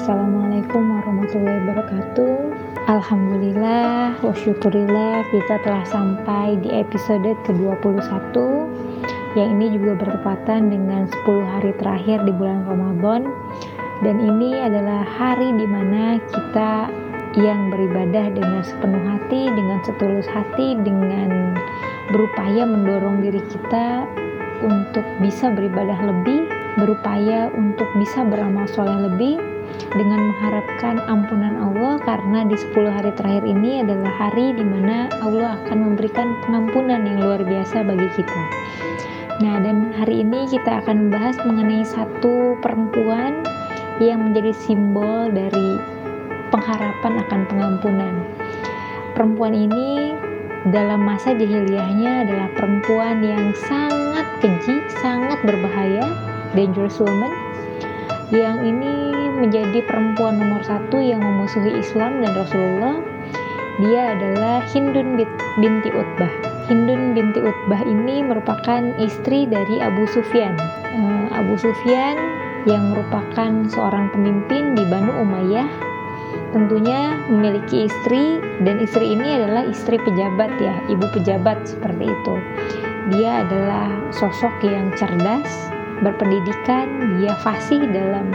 Assalamualaikum warahmatullahi wabarakatuh. Alhamdulillah wa syukurillah, kita telah sampai di episode ke-21 yang ini juga bertepatan dengan 10 hari terakhir di bulan Ramadan. Dan ini adalah hari dimana kita yang beribadah dengan sepenuh hati, dengan setulus hati, dengan berupaya mendorong diri kita untuk bisa beribadah lebih, berupaya untuk bisa beramal soleh lebih, dengan mengharapkan ampunan Allah, karena di 10 hari terakhir ini adalah hari di mana Allah akan memberikan pengampunan yang luar biasa bagi kita. Nah, dan hari ini kita akan membahas mengenai satu perempuan yang menjadi simbol dari pengharapan akan pengampunan. Perempuan ini dalam masa jahiliyahnya adalah perempuan yang sangat keji, sangat berbahaya, dangerous woman, yang ini menjadi perempuan nomor 1 yang memusuhi Islam dan Rasulullah. Dia adalah Hindun binti Utbah. Hindun binti Utbah ini merupakan istri dari Abu Sufyan. Abu Sufyan yang merupakan seorang pemimpin di Banu Umayyah, tentunya memiliki istri, dan istri ini adalah istri pejabat ya, ibu pejabat seperti itu. Dia adalah sosok yang cerdas, berpendidikan, dia fasih dalam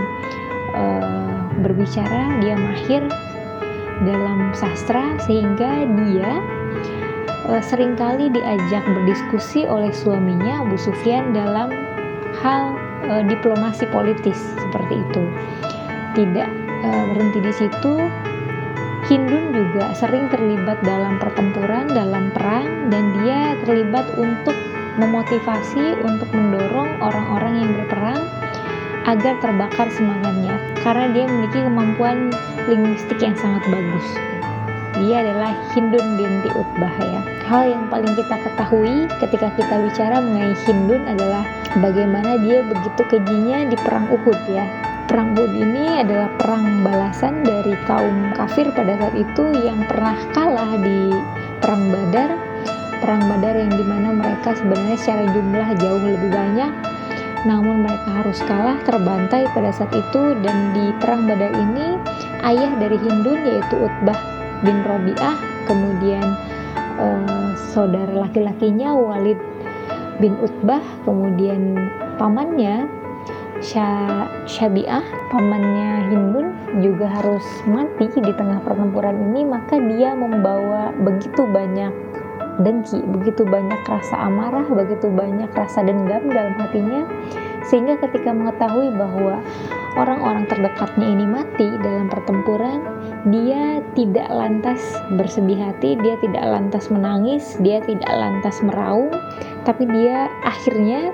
berbicara, dia mahir dalam sastra, sehingga dia seringkali diajak berdiskusi oleh suaminya Abu Sufyan dalam hal diplomasi politis seperti itu. Tidak berhenti di situ, Hindun juga sering terlibat dalam pertempuran, dalam perang, dan dia terlibat untuk memotivasi, untuk mendorong orang-orang yang berperang agar terbakar semangatnya, karena dia memiliki kemampuan linguistik yang sangat bagus. Dia adalah Hindun binti Utbah ya. Hal yang paling kita ketahui ketika kita bicara mengenai Hindun adalah bagaimana dia begitu kejinya di perang Uhud ya. Perang Uhud ini adalah perang balasan dari kaum kafir pada saat itu yang pernah kalah di perang Badar. Perang Badar yang dimana mereka sebenarnya secara jumlah jauh lebih banyak, namun mereka harus kalah, terbantai pada saat itu. Dan di perang Badar ini ayah dari Hindun yaitu Utbah bin Rabi'ah, kemudian saudara laki-lakinya Walid bin Utbah, kemudian pamannya Syabi'ah, pamannya Hindun juga harus mati di tengah pertempuran ini. Maka dia membawa begitu banyak dengki, begitu banyak rasa amarah, begitu banyak rasa dendam dalam hatinya, sehingga ketika mengetahui bahwa orang-orang terdekatnya ini mati dalam pertempuran, dia tidak lantas bersedih hati, dia tidak lantas menangis, dia tidak lantas meraung, tapi dia akhirnya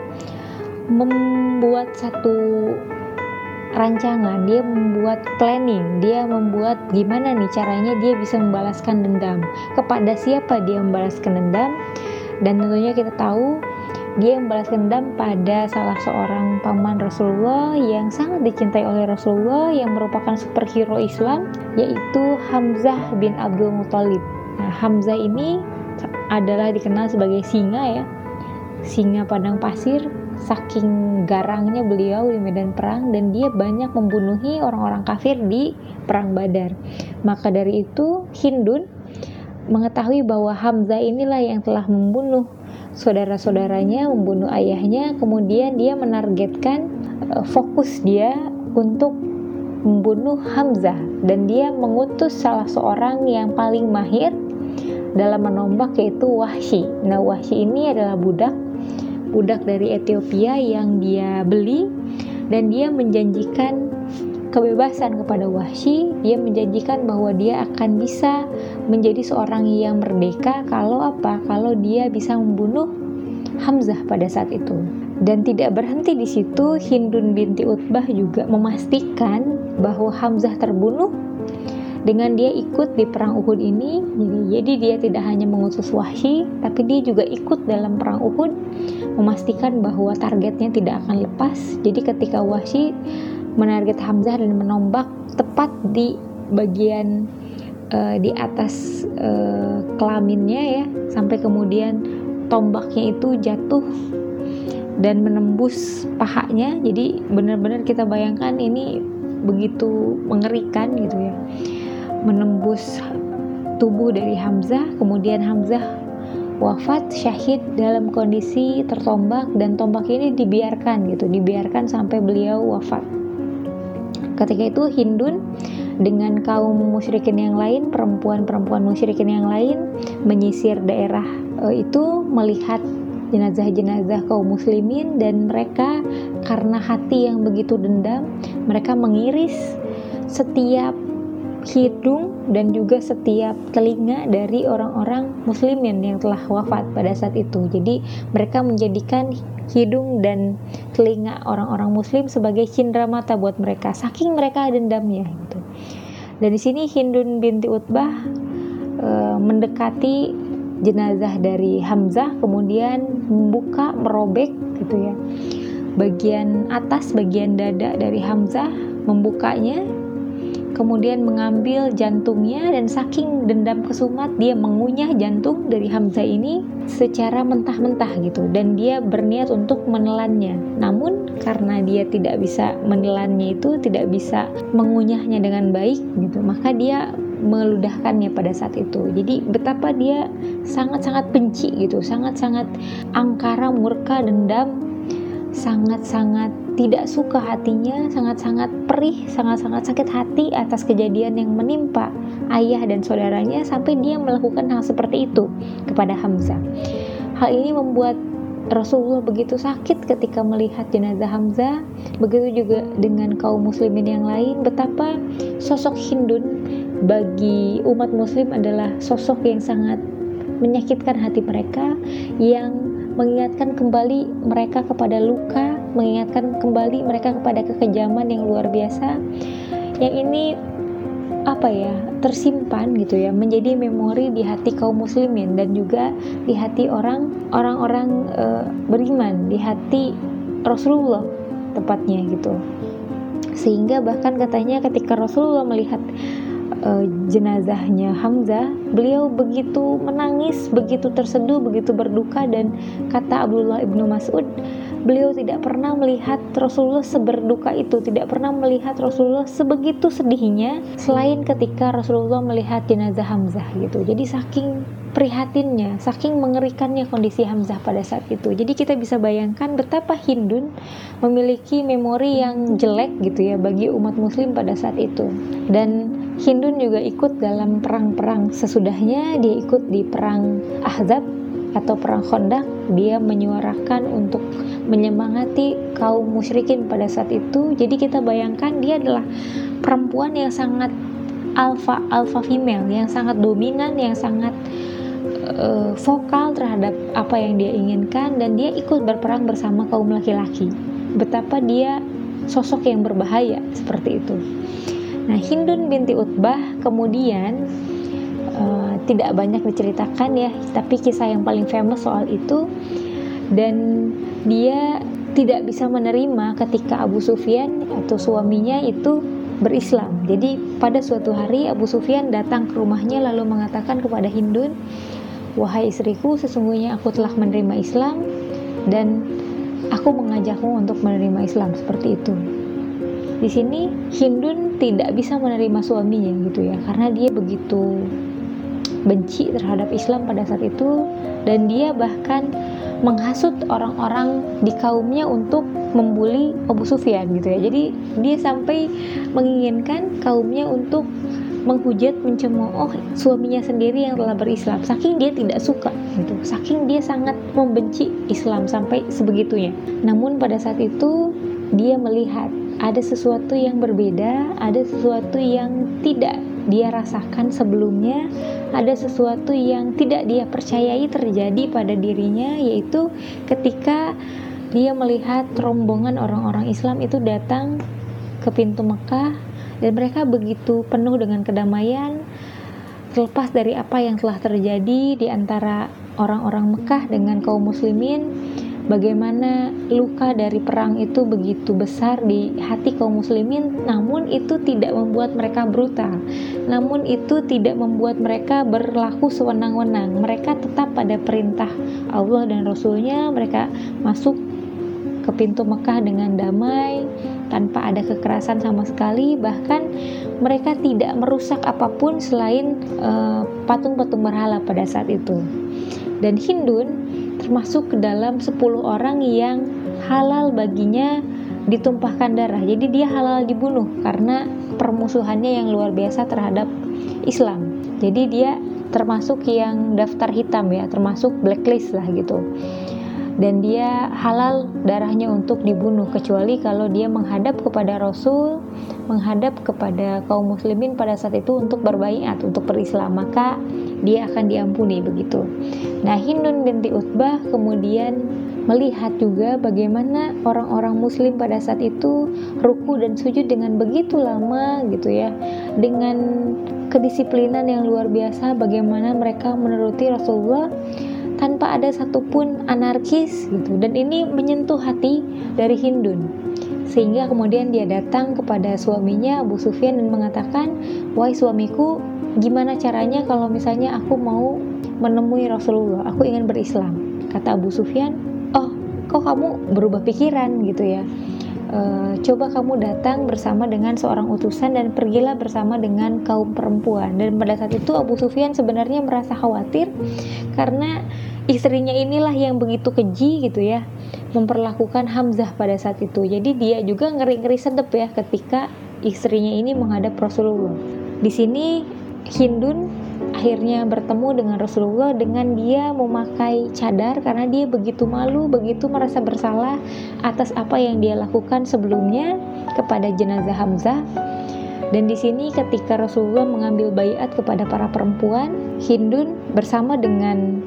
membuat satu rancangan, dia membuat planning, dia membuat gimana nih caranya dia bisa membalaskan dendam. Kepada siapa dia membalaskan dendam? Dan tentunya kita tahu dia membalaskan dendam pada salah seorang paman Rasulullah yang sangat dicintai oleh Rasulullah, yang merupakan superhero Islam, yaitu Hamzah bin Abdul Muthalib. Nah, Hamzah ini adalah dikenal sebagai singa ya, singa padang pasir. Saking garangnya beliau di medan perang, dan dia banyak membunuhi orang-orang kafir di perang Badar. Maka dari itu Hindun mengetahui bahwa Hamzah inilah yang telah membunuh saudara-saudaranya, membunuh ayahnya. Kemudian dia menargetkan fokus dia untuk membunuh Hamzah, dan dia mengutus salah seorang yang paling mahir dalam menombak, yaitu Wahsy. Nah, Wahsy ini adalah budak dari Ethiopia yang dia beli, dan dia menjanjikan kebebasan kepada Wahsy. Dia menjanjikan bahwa dia akan bisa menjadi seorang yang merdeka kalau dia bisa membunuh Hamzah pada saat itu. Dan tidak berhenti di situ, Hindun binti Utbah juga memastikan bahwa Hamzah terbunuh dengan dia ikut di perang Uhud ini. Jadi dia tidak hanya mengutus Wahsy, tapi dia juga ikut dalam perang Uhud, memastikan bahwa targetnya tidak akan lepas. Jadi ketika Wahsy menarget Hamzah dan menombak tepat di bagian di atas kelaminnya ya, sampai kemudian tombaknya itu jatuh dan menembus pahanya. Jadi benar-benar kita bayangkan ini begitu mengerikan gitu ya, menembus tubuh dari Hamzah. Kemudian Hamzah wafat syahid dalam kondisi tertombak, dan tombak ini dibiarkan sampai beliau wafat. Ketika itu Hindun dengan kaum musyrikin yang lain, perempuan-perempuan musyrikin yang lain menyisir daerah itu, melihat jenazah-jenazah kaum muslimin, dan mereka karena hati yang begitu dendam, mereka mengiris setiap hidung dan juga setiap telinga dari orang-orang muslimin yang telah wafat pada saat itu. Jadi mereka menjadikan hidung dan telinga orang-orang muslim sebagai cindera mata buat mereka, saking mereka dendamnya gitu. Dan di sini Hindun binti Utbah mendekati jenazah dari Hamzah, kemudian merobek gitu ya, bagian atas, bagian dada dari Hamzah, membukanya, kemudian mengambil jantungnya, dan saking dendam kesumat dia mengunyah jantung dari Hamzah ini secara mentah-mentah gitu, dan dia berniat untuk menelannya. Namun karena dia tidak bisa menelannya itu, tidak bisa mengunyahnya dengan baik gitu, maka dia meludahkannya pada saat itu. Jadi betapa dia sangat-sangat benci gitu, sangat-sangat angkara, murka, dendam, sangat-sangat tidak suka hatinya, sangat-sangat perih, sangat-sangat sakit hati atas kejadian yang menimpa ayah dan saudaranya, sampai dia melakukan hal seperti itu kepada Hamzah. Hal ini membuat Rasulullah begitu sakit ketika melihat jenazah Hamzah. Begitu juga dengan kaum muslimin yang lain. Betapa sosok Hindun bagi umat muslim adalah sosok yang sangat menyakitkan hati mereka, yang mengingatkan kembali mereka kepada luka, mengingatkan kembali mereka kepada kekejaman yang luar biasa, yang ini tersimpan gitu ya, menjadi memori di hati kaum muslimin, dan juga di hati orang-orang beriman, di hati Rasulullah tepatnya gitu. Sehingga bahkan katanya ketika Rasulullah melihat jenazahnya Hamzah, beliau begitu menangis, begitu terseduh, begitu berduka, dan kata Abdullah ibnu Mas'ud, beliau tidak pernah melihat Rasulullah seberduka itu, tidak pernah melihat Rasulullah sebegitu sedihnya selain ketika Rasulullah melihat jenazah Hamzah gitu. Jadi saking prihatinnya, saking mengerikannya kondisi Hamzah pada saat itu. Jadi kita bisa bayangkan betapa Hindun memiliki memori yang jelek gitu ya bagi umat muslim pada saat itu. Dan Hindun juga ikut dalam perang-perang sesudahnya. Dia ikut di perang Ahzab atau perang Khandaq. Dia menyuarakan untuk menyemangati kaum musyrikin pada saat itu. Jadi kita bayangkan dia adalah perempuan yang sangat alpha female, yang sangat dominan, yang sangat vokal terhadap apa yang dia inginkan, dan dia ikut berperang bersama kaum laki-laki. Betapa dia sosok yang berbahaya seperti itu. Nah, Hindun binti Utbah kemudian tidak banyak diceritakan ya, tapi kisah yang paling famous soal itu, dan dia tidak bisa menerima ketika Abu Sufyan atau suaminya itu berislam. Jadi pada suatu hari Abu Sufyan datang ke rumahnya lalu mengatakan kepada Hindun, "Wahai istriku, sesungguhnya aku telah menerima Islam dan aku mengajakmu untuk menerima Islam," seperti itu. Di sini Hindun tidak bisa menerima suaminya gitu ya, karena dia begitu benci terhadap Islam pada saat itu, dan dia bahkan menghasut orang-orang di kaumnya untuk membuli Abu Sufyan gitu ya. Jadi dia sampai menginginkan kaumnya untuk menghujat, mencemooh suaminya sendiri yang telah berislam, saking dia tidak suka gitu, saking dia sangat membenci Islam sampai sebegitunya. Namun pada saat itu dia melihat ada sesuatu yang berbeda, ada sesuatu yang tidak dia rasakan sebelumnya, ada sesuatu yang tidak dia percayai terjadi pada dirinya, yaitu ketika dia melihat rombongan orang-orang Islam itu datang ke pintu Mekah, dan mereka begitu penuh dengan kedamaian, terlepas dari apa yang telah terjadi di antara orang-orang Mekah dengan kaum muslimin. Bagaimana luka dari perang itu begitu besar di hati kaum muslimin, namun itu tidak membuat mereka brutal, namun itu tidak membuat mereka berlaku sewenang-wenang. Mereka tetap pada perintah Allah dan Rasulnya, mereka masuk ke pintu Mekah dengan damai, tanpa ada kekerasan sama sekali. Bahkan mereka tidak merusak apapun selain patung-patung berhala pada saat itu. Dan Hindun termasuk ke dalam 10 orang yang halal baginya ditumpahkan darah. Jadi dia halal dibunuh karena permusuhannya yang luar biasa terhadap Islam. Jadi dia termasuk yang daftar hitam ya, termasuk blacklist lah gitu. Dan dia halal darahnya untuk dibunuh, kecuali kalau dia menghadap kepada Rasul, menghadap kepada kaum muslimin pada saat itu untuk berbaiat, untuk berislam, maka dia akan diampuni begitu. Nah, Hindun binti Utbah kemudian melihat juga bagaimana orang-orang muslim pada saat itu ruku dan sujud dengan begitu lama gitu ya, dengan kedisiplinan yang luar biasa, bagaimana mereka menuruti Rasulullah tanpa ada satupun anarkis gitu. Dan ini menyentuh hati dari Hindun, sehingga kemudian dia datang kepada suaminya Abu Sufyan dan mengatakan, "Wahai suamiku, gimana caranya kalau misalnya aku mau menemui Rasulullah, aku ingin berislam?" Kata Abu Sufyan, "Oh, kok kamu berubah pikiran gitu ya? Coba kamu datang bersama dengan seorang utusan dan pergilah bersama dengan kaum perempuan." Dan pada saat itu Abu Sufyan sebenarnya merasa khawatir karena istrinya inilah yang begitu keji gitu ya, memperlakukan Hamzah pada saat itu. Jadi dia juga ngeri-ngeri sedep ya ketika istrinya ini menghadap Rasulullah. Di sini Hindun akhirnya bertemu dengan Rasulullah dengan dia memakai cadar karena dia begitu malu, begitu merasa bersalah atas apa yang dia lakukan sebelumnya kepada jenazah Hamzah. Dan di sini ketika Rasulullah mengambil baiat kepada para perempuan, Hindun bersama dengan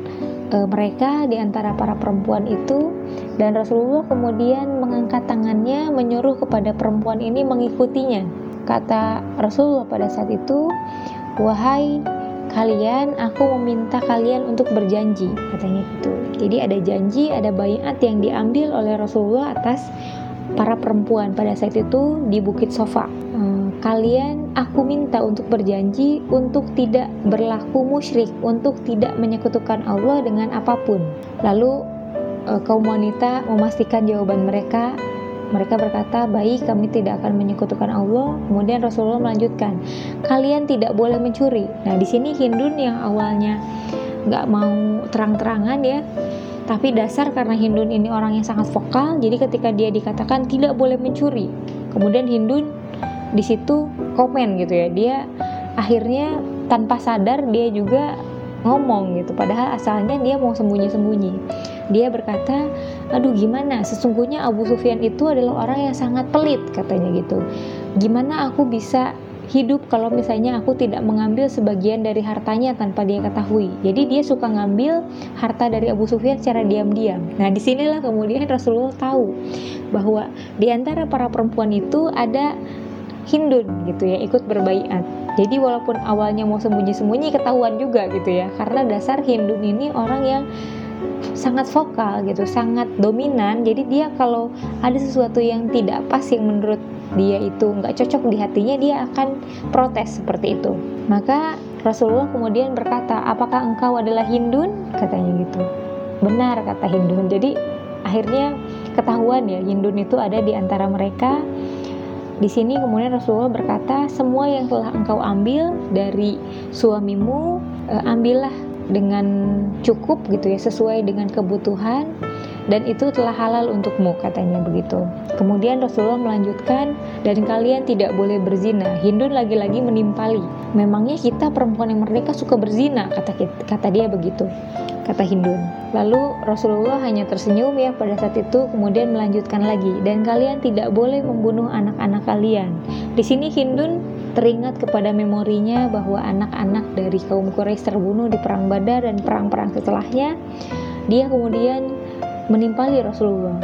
mereka di antara para perempuan itu, dan Rasulullah kemudian mengangkat tangannya menyuruh kepada perempuan ini mengikutinya. Kata Rasulullah pada saat itu, "Wahai kalian, aku meminta kalian untuk berjanji," katanya gitu. Jadi ada janji, ada baiat yang diambil oleh Rasulullah atas para perempuan pada saat itu di Bukit Sofa. "Kalian, aku minta untuk berjanji untuk tidak berlaku musyrik, untuk tidak menyekutukan Allah dengan apapun." Lalu kaum wanita memastikan jawaban mereka. Mereka berkata, "Baik, kami tidak akan menyekutukan Allah." Kemudian Rasulullah melanjutkan, "Kalian tidak boleh mencuri." Nah, di sini Hindun yang awalnya nggak mau terang-terangan ya, tapi dasar karena Hindun ini orang yang sangat vokal, jadi ketika dia dikatakan tidak boleh mencuri, kemudian Hindun di situ komen gitu ya, dia akhirnya tanpa sadar dia juga ngomong gitu, padahal asalnya dia mau sembunyi-sembunyi. Dia berkata, "Aduh gimana, sesungguhnya Abu Sufyan itu adalah orang yang sangat pelit," katanya gitu. "Gimana aku bisa hidup kalau misalnya aku tidak mengambil sebagian dari hartanya tanpa dia ketahui?" Jadi dia suka ngambil harta dari Abu Sufyan secara diam-diam. Nah, disinilah kemudian Rasulullah tahu bahwa di antara para perempuan itu ada Hindun gitu ya, ikut berbaiat. Jadi walaupun awalnya mau sembunyi-sembunyi, ketahuan juga gitu ya, karena dasar Hindun ini orang yang sangat vokal gitu, sangat dominan. Jadi dia kalau ada sesuatu yang tidak pas, yang menurut dia itu nggak cocok di hatinya, dia akan protes seperti itu. Maka Rasulullah kemudian berkata, "Apakah engkau adalah Hindun?" katanya gitu. "Benar," kata Hindun. Jadi akhirnya ketahuan ya, Hindun itu ada di antara mereka. Di sini kemudian Rasulullah berkata, "Semua yang telah engkau ambil dari suamimu, ambillah dengan cukup gitu ya, sesuai dengan kebutuhan, dan itu telah halal untukmu," katanya begitu. Kemudian Rasulullah melanjutkan, "Dan kalian tidak boleh berzina." Hindun lagi-lagi menimpali, "Memangnya kita perempuan yang merdeka suka berzina?" kata dia begitu, kata Hindun. Lalu Rasulullah hanya tersenyum ya pada saat itu, kemudian melanjutkan lagi, "Dan kalian tidak boleh membunuh anak-anak kalian." Di sini Hindun teringat kepada memorinya bahwa anak-anak dari kaum Quraisy terbunuh di perang Badar dan perang-perang setelahnya. Dia kemudian menimpali Rasulullah,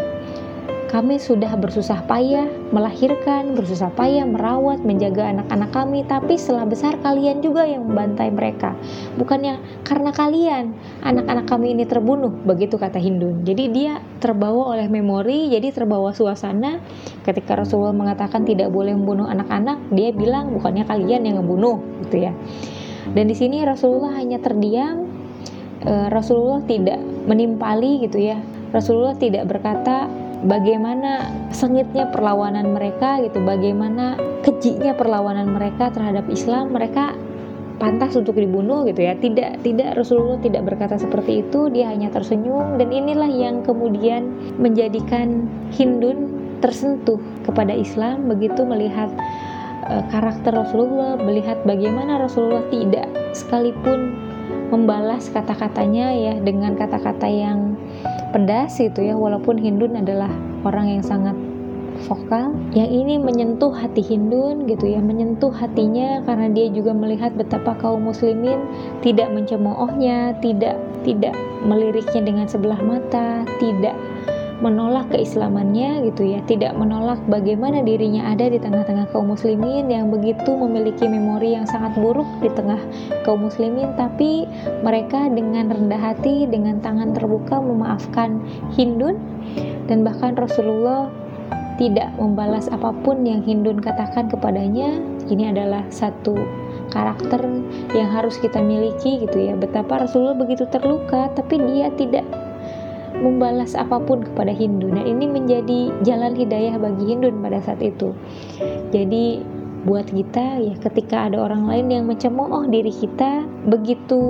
"Kami sudah bersusah payah melahirkan, bersusah payah merawat, menjaga anak-anak kami, tapi setelah besar kalian juga yang membantai mereka. Bukannya karena kalian anak-anak kami ini terbunuh," begitu kata Hindun. Jadi dia terbawa oleh memori, jadi terbawa suasana. Ketika Rasulullah mengatakan tidak boleh membunuh anak-anak, dia bilang bukannya kalian yang membunuh gitu ya. Dan di sini Rasulullah hanya terdiam. Rasulullah tidak menimpali gitu ya. Rasulullah tidak berkata, bagaimana sengitnya perlawanan mereka gitu, bagaimana kejinya perlawanan mereka terhadap Islam, mereka pantas untuk dibunuh gitu ya. Tidak, Rasulullah tidak berkata seperti itu, dia hanya tersenyum. Dan inilah yang kemudian menjadikan Hindun tersentuh kepada Islam begitu melihat karakter Rasulullah, melihat bagaimana Rasulullah tidak sekalipun membalas kata-katanya ya dengan kata-kata yang pedas gitu ya, walaupun Hindun adalah orang yang sangat vokal. Yang ini menyentuh hati Hindun gitu ya, menyentuh hatinya karena dia juga melihat betapa kaum muslimin tidak mencemoohnya, tidak meliriknya dengan sebelah mata, tidak menolak keislamannya gitu ya, tidak menolak bagaimana dirinya ada di tengah-tengah kaum muslimin yang begitu memiliki memori yang sangat buruk di tengah kaum muslimin, tapi mereka dengan rendah hati, dengan tangan terbuka memaafkan Hindun. Dan bahkan Rasulullah tidak membalas apapun yang Hindun katakan kepadanya. Ini adalah satu karakter yang harus kita miliki gitu ya, betapa Rasulullah begitu terluka tapi dia tidak membalas apapun kepada Hindun. Dan ini menjadi jalan hidayah bagi Hindun pada saat itu. Jadi buat kita ya, ketika ada orang lain yang mencemooh diri kita, begitu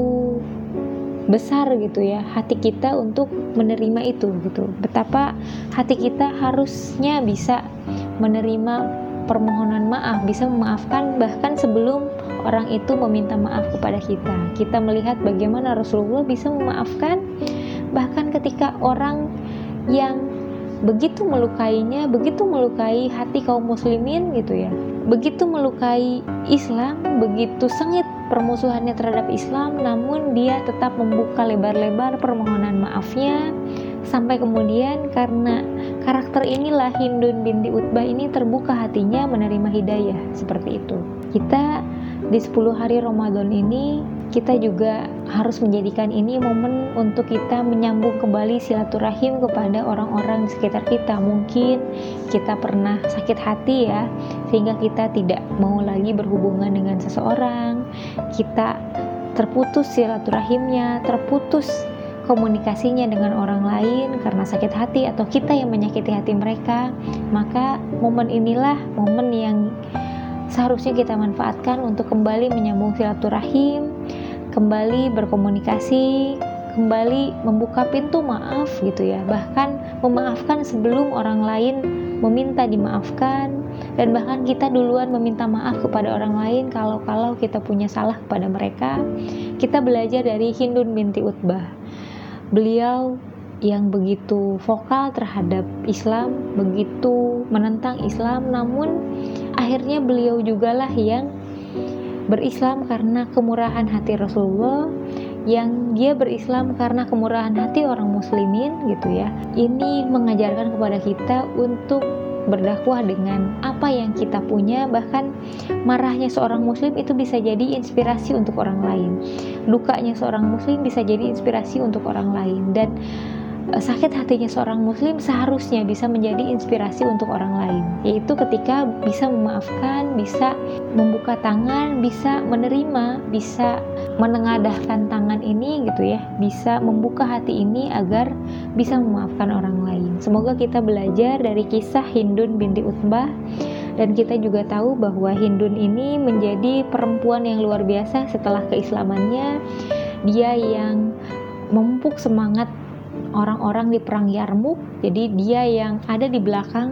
besar gitu ya hati kita untuk menerima itu gitu. Betapa hati kita harusnya bisa menerima permohonan maaf, bisa memaafkan bahkan sebelum orang itu meminta maaf kepada kita. Kita melihat bagaimana Rasulullah bisa memaafkan bahkan ketika orang yang begitu melukainya, begitu melukai hati kaum muslimin gitu ya, begitu melukai Islam, begitu sengit permusuhannya terhadap Islam, namun dia tetap membuka lebar-lebar permohonan maafnya, sampai kemudian karena karakter inilah Hindun binti Utbah ini terbuka hatinya menerima hidayah seperti itu. Kita di 10 hari Ramadan ini, kita juga harus menjadikan ini momen untuk kita menyambung kembali silaturahim kepada orang-orang di sekitar kita. Mungkin kita pernah sakit hati ya, sehingga kita tidak mau lagi berhubungan dengan seseorang, kita terputus silaturahimnya, terputus komunikasinya dengan orang lain karena sakit hati atau kita yang menyakiti hati mereka. Maka momen inilah momen yang seharusnya kita manfaatkan untuk kembali menyambung silaturahim, kembali berkomunikasi, kembali membuka pintu maaf gitu ya, bahkan memaafkan sebelum orang lain meminta dimaafkan, dan bahkan kita duluan meminta maaf kepada orang lain kalau kita punya salah kepada mereka. Kita belajar dari Hindun binti Utbah, beliau yang begitu vokal terhadap Islam, begitu menentang Islam, namun akhirnya beliau jugalah yang berislam karena kemurahan hati Rasulullah, yang dia berislam karena kemurahan hati orang muslimin gitu ya. Ini mengajarkan kepada kita untuk berdakwah dengan apa yang kita punya. Bahkan marahnya seorang muslim itu bisa jadi inspirasi untuk orang lain, dukanya seorang muslim bisa jadi inspirasi untuk orang lain, dan sakit hatinya seorang muslim seharusnya bisa menjadi inspirasi untuk orang lain, yaitu ketika bisa memaafkan, bisa membuka tangan, bisa menerima, bisa menengadahkan tangan ini gitu ya, bisa membuka hati ini agar bisa memaafkan orang lain. Semoga kita belajar dari kisah Hindun binti Utbah, dan kita juga tahu bahwa Hindun ini menjadi perempuan yang luar biasa setelah keislamannya. Dia yang memupuk semangat orang-orang di perang Yarmuk. Jadi dia yang ada di belakang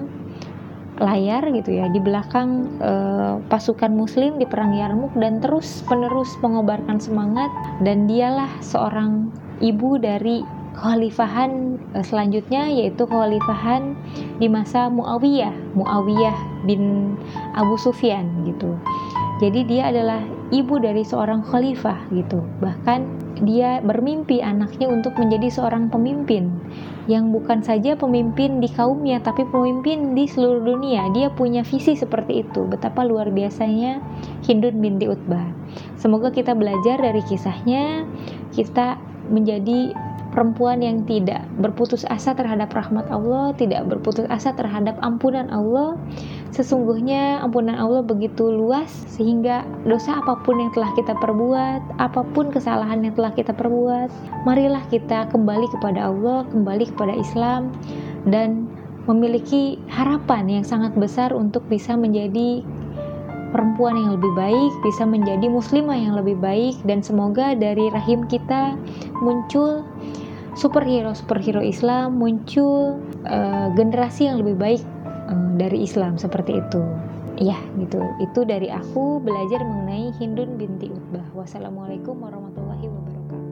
layar gitu ya, di belakang pasukan muslim di perang Yarmuk, dan terus penerus mengobarkan semangat. Dan dialah seorang ibu dari kekhalifahan selanjutnya, yaitu kekhalifahan di masa Muawiyah bin Abu Sufyan gitu. Jadi dia adalah ibu dari seorang khalifah gitu. Bahkan dia bermimpi anaknya untuk menjadi seorang pemimpin yang bukan saja pemimpin di kaumnya, tapi pemimpin di seluruh dunia. Dia punya visi seperti itu. Betapa luar biasanya Hindun binti Utbah. Semoga kita belajar dari kisahnya, kita menjadi perempuan yang tidak berputus asa terhadap rahmat Allah, tidak berputus asa terhadap ampunan Allah. Sesungguhnya ampunan Allah begitu luas, sehingga dosa apapun yang telah kita perbuat, apapun kesalahan yang telah kita perbuat, marilah kita kembali kepada Allah, kembali kepada Islam, dan memiliki harapan yang sangat besar untuk bisa menjadi perempuan yang lebih baik, bisa menjadi muslimah yang lebih baik, dan semoga dari rahim kita muncul superhero Islam, muncul generasi yang lebih baik dari Islam, seperti itu. Ya, gitu. Itu dari aku belajar mengenai Hindun binti Utbah. Wassalamualaikum warahmatullahi wabarakatuh.